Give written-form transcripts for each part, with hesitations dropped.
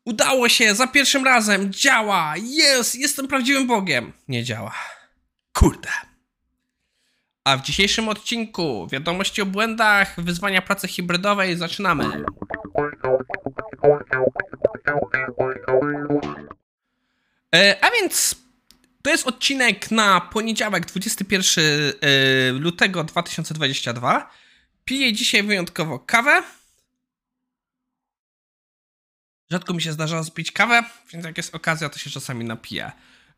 Udało się, za pierwszym razem, działa, jestem prawdziwym Bogiem. Nie działa. Kurde. A w dzisiejszym odcinku wiadomości o błędach, wyzwania pracy hybrydowej, zaczynamy. A więc to jest odcinek na poniedziałek 21 lutego 2022. Piję dzisiaj wyjątkowo kawę. Rzadko mi się zdarza pić kawę, więc jak jest okazja, to się czasami napiję.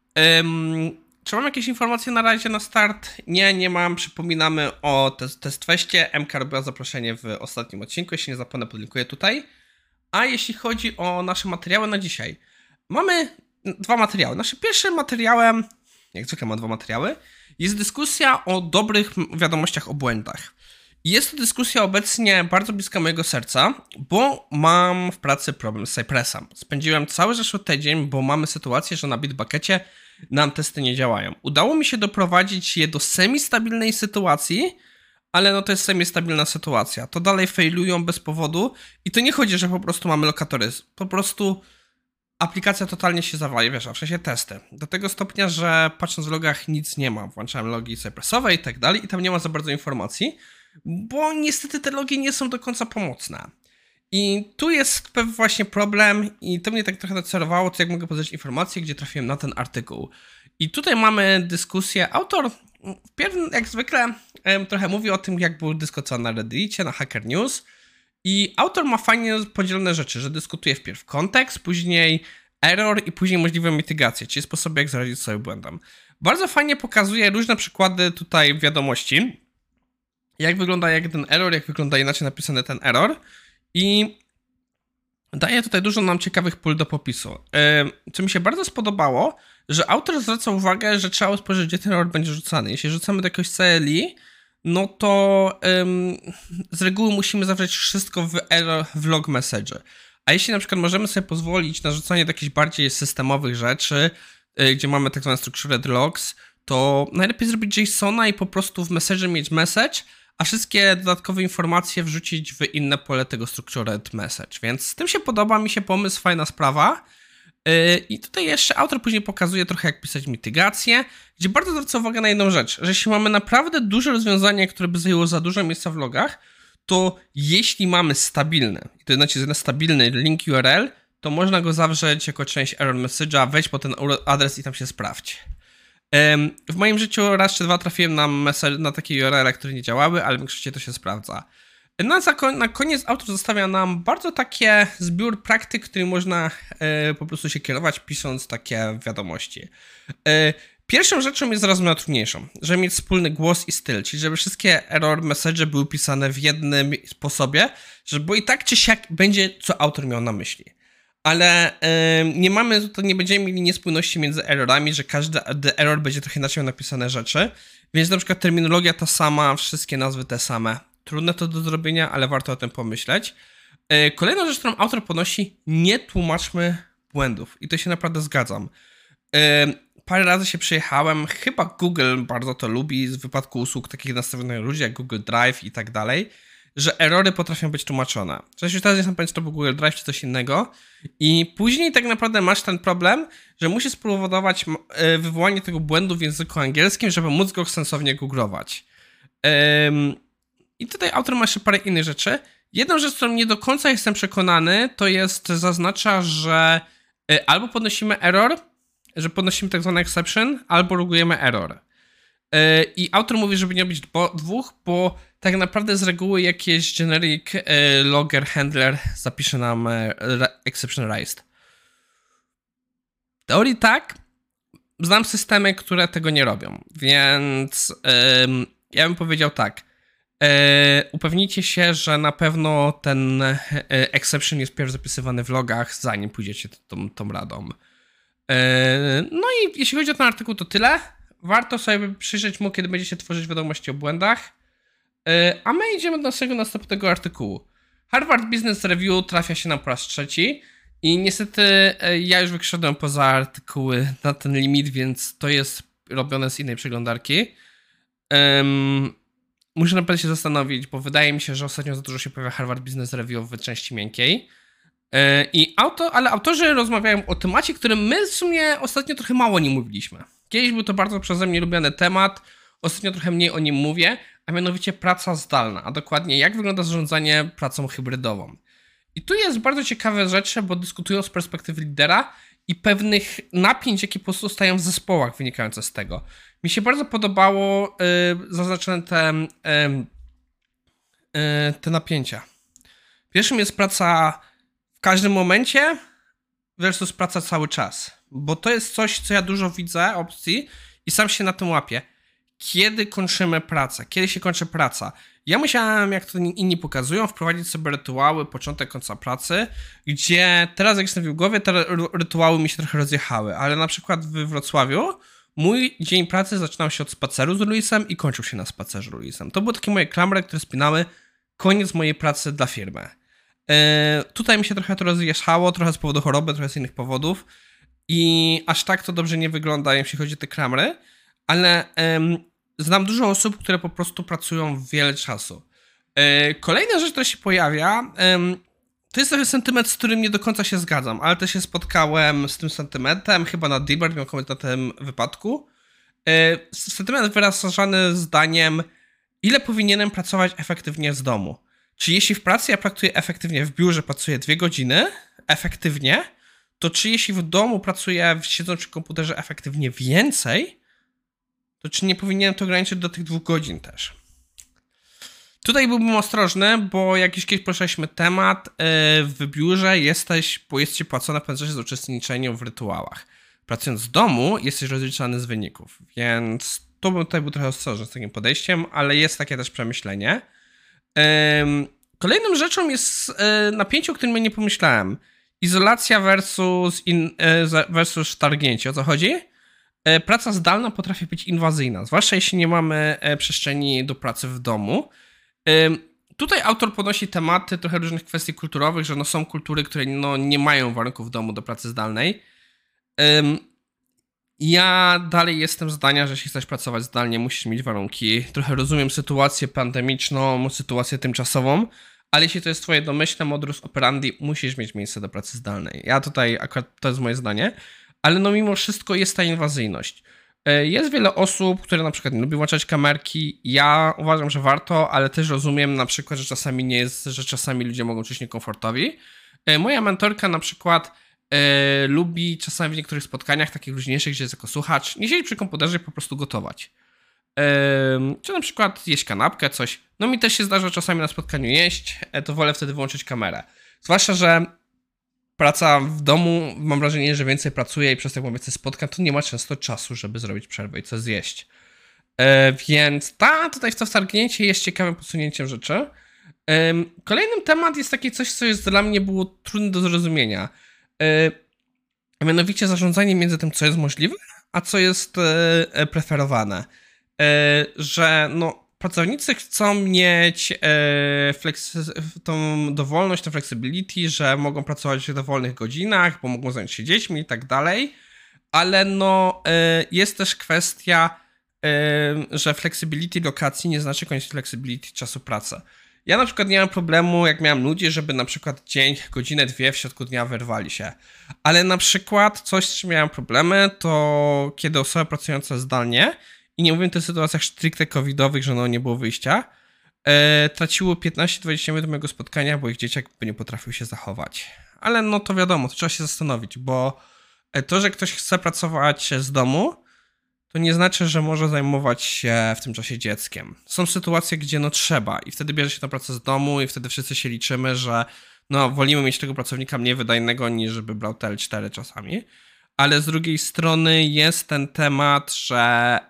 Czy mam jakieś informacje na razie na start? Nie mam. Przypominamy o test tweście. MK robiła zaproszenie w ostatnim odcinku. Jeśli nie zapomnę, podlinkuję tutaj. A jeśli chodzi o nasze materiały na dzisiaj. Mamy dwa materiały. Naszym pierwszym materiałem, jak zwykle mam dwa materiały, jest dyskusja o dobrych wiadomościach o błędach. Jest to dyskusja obecnie bardzo bliska mojego serca, bo mam w pracy problem z Cypressem. Spędziłem cały zeszły tydzień, bo mamy sytuację, że na Bitbuckecie nam testy nie działają. Udało mi się doprowadzić je do semi-stabilnej sytuacji, ale no to jest semi-stabilna sytuacja. To dalej failują bez powodu i to nie chodzi, że po prostu mamy lokatory. Po prostu aplikacja totalnie się zawali, wiesz, a w sensie testy. Do tego stopnia, że patrząc w logach nic nie ma. Włączałem logi Cypressowe i tak dalej i tam nie ma za bardzo informacji, bo niestety te logi nie są do końca pomocne. I tu jest pewien właśnie problem i to mnie tak trochę nacelowało, to jak mogę poznać informacje, gdzie trafiłem na ten artykuł. I tutaj mamy dyskusję. Autor jak zwykle trochę mówi o tym, jak był dyskutowany na Reddicie, na Hacker News. I autor ma fajnie podzielone rzeczy, że dyskutuje wpierw kontekst, później error i później możliwe mitygacje, czyli sposoby, jak zaradzić sobie błędom. Bardzo fajnie pokazuje różne przykłady tutaj wiadomości, jak wygląda ten error, jak wygląda inaczej napisany ten error i daje tutaj dużo nam ciekawych pól do popisu. Co mi się bardzo spodobało, że autor zwraca uwagę, że trzeba spojrzeć, gdzie ten error będzie rzucany. Jeśli rzucamy do jakiegoś CLI, no to z reguły musimy zawrzeć wszystko w log message. A jeśli na przykład możemy sobie pozwolić na rzucanie do jakichś bardziej systemowych rzeczy, gdzie mamy tak zwane structured logs, to najlepiej zrobić JSON-a i po prostu w message mieć message, a wszystkie dodatkowe informacje wrzucić w inne pole tego structured message. Więc z tym się podoba mi się pomysł, fajna sprawa. I tutaj jeszcze autor później pokazuje trochę, jak pisać mitygację, gdzie bardzo zwraca uwagę na jedną rzecz, że jeśli mamy naprawdę duże rozwiązanie, które by zajęło za dużo miejsca w logach, to jeśli mamy stabilny, i to znaczy stabilny link URL, to można go zawrzeć jako część error message'a, wejdź po ten adres i tam się sprawdź. W moim życiu raz czy dwa trafiłem na takie URL, które nie działały, ale w większości to się sprawdza. Na koniec autor zostawia nam bardzo takie zbiór praktyk, którym można po prostu się kierować, pisząc takie wiadomości. Pierwszą rzeczą jest zaraz najtrudniejszą, żeby mieć wspólny głos i styl, czyli żeby wszystkie error message były pisane w jednym sposobie, bo i tak czy siak będzie, co autor miał na myśli. Ale nie będziemy mieli niespójności między errorami, że każdy error będzie trochę inaczej napisane rzeczy, więc na przykład terminologia ta sama, wszystkie nazwy te same. Trudne to do zrobienia, ale warto o tym pomyśleć. Kolejną rzecz, którą autor podnosi, nie tłumaczmy błędów. I to się naprawdę zgadzam. Parę razy się przejechałem, chyba Google bardzo to lubi, w wypadku usług takich nastawionych ludzi jak Google Drive i tak dalej, że erory potrafią być tłumaczone. Zresztą teraz nie znam pamięć, czy to był Google Drive, czy coś innego. I później tak naprawdę masz ten problem, że musisz spowodować wywołanie tego błędu w języku angielskim, żeby móc go sensownie googlować. I tutaj autor ma jeszcze parę innych rzeczy. Jedną rzecz, którą nie do końca jestem przekonany, to jest, zaznacza, że albo podnosimy error, że podnosimy tak zwany exception, albo logujemy error. I autor mówi, żeby nie robić dwóch, bo tak naprawdę z reguły jakieś generic logger handler zapisze nam exception raised. W teorii tak. Znam systemy, które tego nie robią, więc ja bym powiedział tak. Upewnijcie się, że na pewno ten exception jest pierwszy zapisywany w logach, zanim pójdziecie tą radą. No i jeśli chodzi o ten artykuł, to tyle. Warto sobie przyjrzeć mu, kiedy będziecie tworzyć wiadomości o błędach. A my idziemy do naszego następnego artykułu. Harvard Business Review trafia się nam po raz trzeci i niestety ja już wyszedłem poza artykuły na ten limit, więc to jest robione z innej przeglądarki. Muszę naprawdę się zastanowić, bo wydaje mi się, że ostatnio za dużo się pojawia Harvard Business Review w części miękkiej. Ale autorzy rozmawiają o temacie, którym my w sumie ostatnio trochę mało nie mówiliśmy. Kiedyś był to bardzo przeze mnie lubiany temat, ostatnio trochę mniej o nim mówię, a mianowicie praca zdalna, a dokładnie jak wygląda zarządzanie pracą hybrydową. I tu jest bardzo ciekawe rzeczy, bo dyskutują z perspektywy lidera i pewnych napięć, jakie po prostu stają w zespołach wynikające z tego. Mi się bardzo podobało zaznaczone te napięcia. Pierwszym jest praca w każdym momencie versus praca cały czas. Bo to jest coś, co ja dużo widzę opcji i sam się na tym łapię. Kiedy kończymy pracę? Kiedy się kończy praca? Ja musiałem, jak to inni pokazują, wprowadzić sobie rytuały początek, końca pracy, gdzie teraz jak jestem w głowie, te rytuały mi się trochę rozjechały, ale na przykład w Wrocławiu mój dzień pracy zaczynał się od spaceru z Luisem i kończył się na spacerze z Luisem. To były takie moje klamry, które spinały koniec mojej pracy dla firmy. Tutaj mi się trochę to rozjechało, trochę z powodu choroby, trochę z innych powodów i aż tak to dobrze nie wygląda, jeśli chodzi o te klamry, ale znam dużo osób, które po prostu pracują wiele czasu. Kolejna rzecz, która się pojawia, to jest trochę sentyment, z którym nie do końca się zgadzam, ale też się spotkałem z tym sentymentem, chyba na Dibert miał komentarz na tym wypadku. Sentyment wyrażany zdaniem, ile powinienem pracować efektywnie z domu. Czy jeśli w pracy ja pracuję efektywnie, w biurze pracuję 2 godziny efektywnie, to czy jeśli w domu pracuję siedząc przy komputerze efektywnie więcej, to czy nie powinienem to ograniczyć do tych 2 godzin też? Tutaj byłbym ostrożny, bo jak już kiedyś poruszaliśmy temat, w biurze jesteście płacone w pewnym czasie za uczestniczenie w rytuałach. Pracując z domu jesteś rozliczany z wyników, więc to bym tutaj był trochę ostrożny z takim podejściem, ale jest takie też przemyślenie. Kolejną rzeczą jest napięcie, o którym ja nie pomyślałem. Izolacja versus sztargnięcie. O co chodzi? Praca zdalna potrafi być inwazyjna, zwłaszcza jeśli nie mamy przestrzeni do pracy w domu. Tutaj autor podnosi tematy trochę różnych kwestii kulturowych, że są kultury, które nie mają warunków w domu do pracy zdalnej. Ja dalej jestem zdania, że jeśli chcesz pracować zdalnie, musisz mieć warunki. Trochę rozumiem sytuację pandemiczną, sytuację tymczasową, ale jeśli to jest twoje domyślne modus operandi, musisz mieć miejsce do pracy zdalnej. Ja tutaj, akurat to jest moje zdanie, ale mimo wszystko jest ta inwazyjność. Jest wiele osób, które na przykład nie lubią włączać kamerki. Ja uważam, że warto, ale też rozumiem na przykład, że czasami nie jest, że czasami ludzie mogą czuć się niekomfortowi. Moja mentorka na przykład lubi czasami w niektórych spotkaniach takich luźniejszych, gdzie jest jako słuchacz, nie siedzieć przy komputerze, po prostu gotować. Czy na przykład jeść kanapkę, coś. No mi też się zdarza czasami na spotkaniu jeść, to wolę wtedy wyłączyć kamerę. Zwłaszcza, że praca w domu, mam wrażenie, że więcej pracuję i przez tak więcej spotkań, to nie ma często czasu, żeby zrobić przerwę i coś zjeść. Więc tutaj w to wtargnięcie jest ciekawym posunięciem rzeczy. Kolejnym temat jest takie coś, co jest dla mnie było trudne do zrozumienia. A mianowicie zarządzanie między tym, co jest możliwe, a co jest preferowane. Że pracownicy chcą mieć tą dowolność, tą flexibility, że mogą pracować w dowolnych godzinach, bo mogą zająć się dziećmi i tak dalej, ale jest też kwestia, że flexibility lokacji nie znaczy koniec flexibility czasu pracy. Ja na przykład nie mam problemu, jak miałem ludzi, żeby na przykład dzień, godzinę, 2 w środku dnia wyrwali się. Ale na przykład coś, z czym miałem problemy, to kiedy osoby pracujące zdalnie, i nie mówię o tych sytuacjach stricte covidowych, że nie było wyjścia, traciło 15-20 minut mojego spotkania, bo ich dzieciak nie potrafił się zachować. Ale to wiadomo, to trzeba się zastanowić, bo to, że ktoś chce pracować z domu, to nie znaczy, że może zajmować się w tym czasie dzieckiem. Są sytuacje, gdzie trzeba i wtedy bierze się tę pracę z domu i wtedy wszyscy się liczymy, że wolimy mieć tego pracownika mniej wydajnego, niż żeby brał TL4 czasami. Ale z drugiej strony jest ten temat, że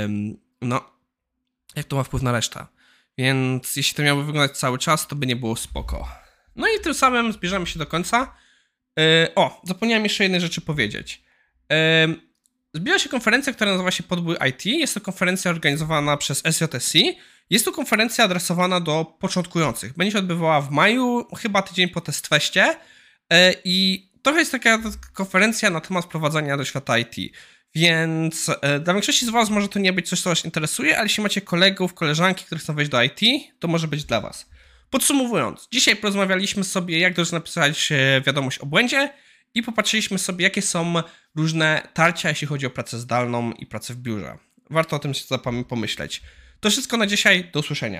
jak to ma wpływ na resztę. Więc jeśli to miałoby wyglądać cały czas, to by nie było spoko. No i tym samym zbliżamy się do końca. Zapomniałem jeszcze jednej rzeczy powiedzieć. Zbliża się konferencja, która nazywa się Podbój IT. Jest to konferencja organizowana przez SJSC. Jest to konferencja adresowana do początkujących. Będzie się odbywała w maju, chyba tydzień po TestFestie. I trochę jest taka konferencja na temat wprowadzania do świata IT. Więc dla większości z was może to nie być coś, co was interesuje, ale jeśli macie kolegów, koleżanki, które chcą wejść do IT, to może być dla was. Podsumowując, dzisiaj porozmawialiśmy sobie, jak dobrze napisać wiadomość o błędzie i popatrzyliśmy sobie, jakie są różne tarcia, jeśli chodzi o pracę zdalną i pracę w biurze. Warto o tym pomyśleć. To wszystko na dzisiaj, do usłyszenia.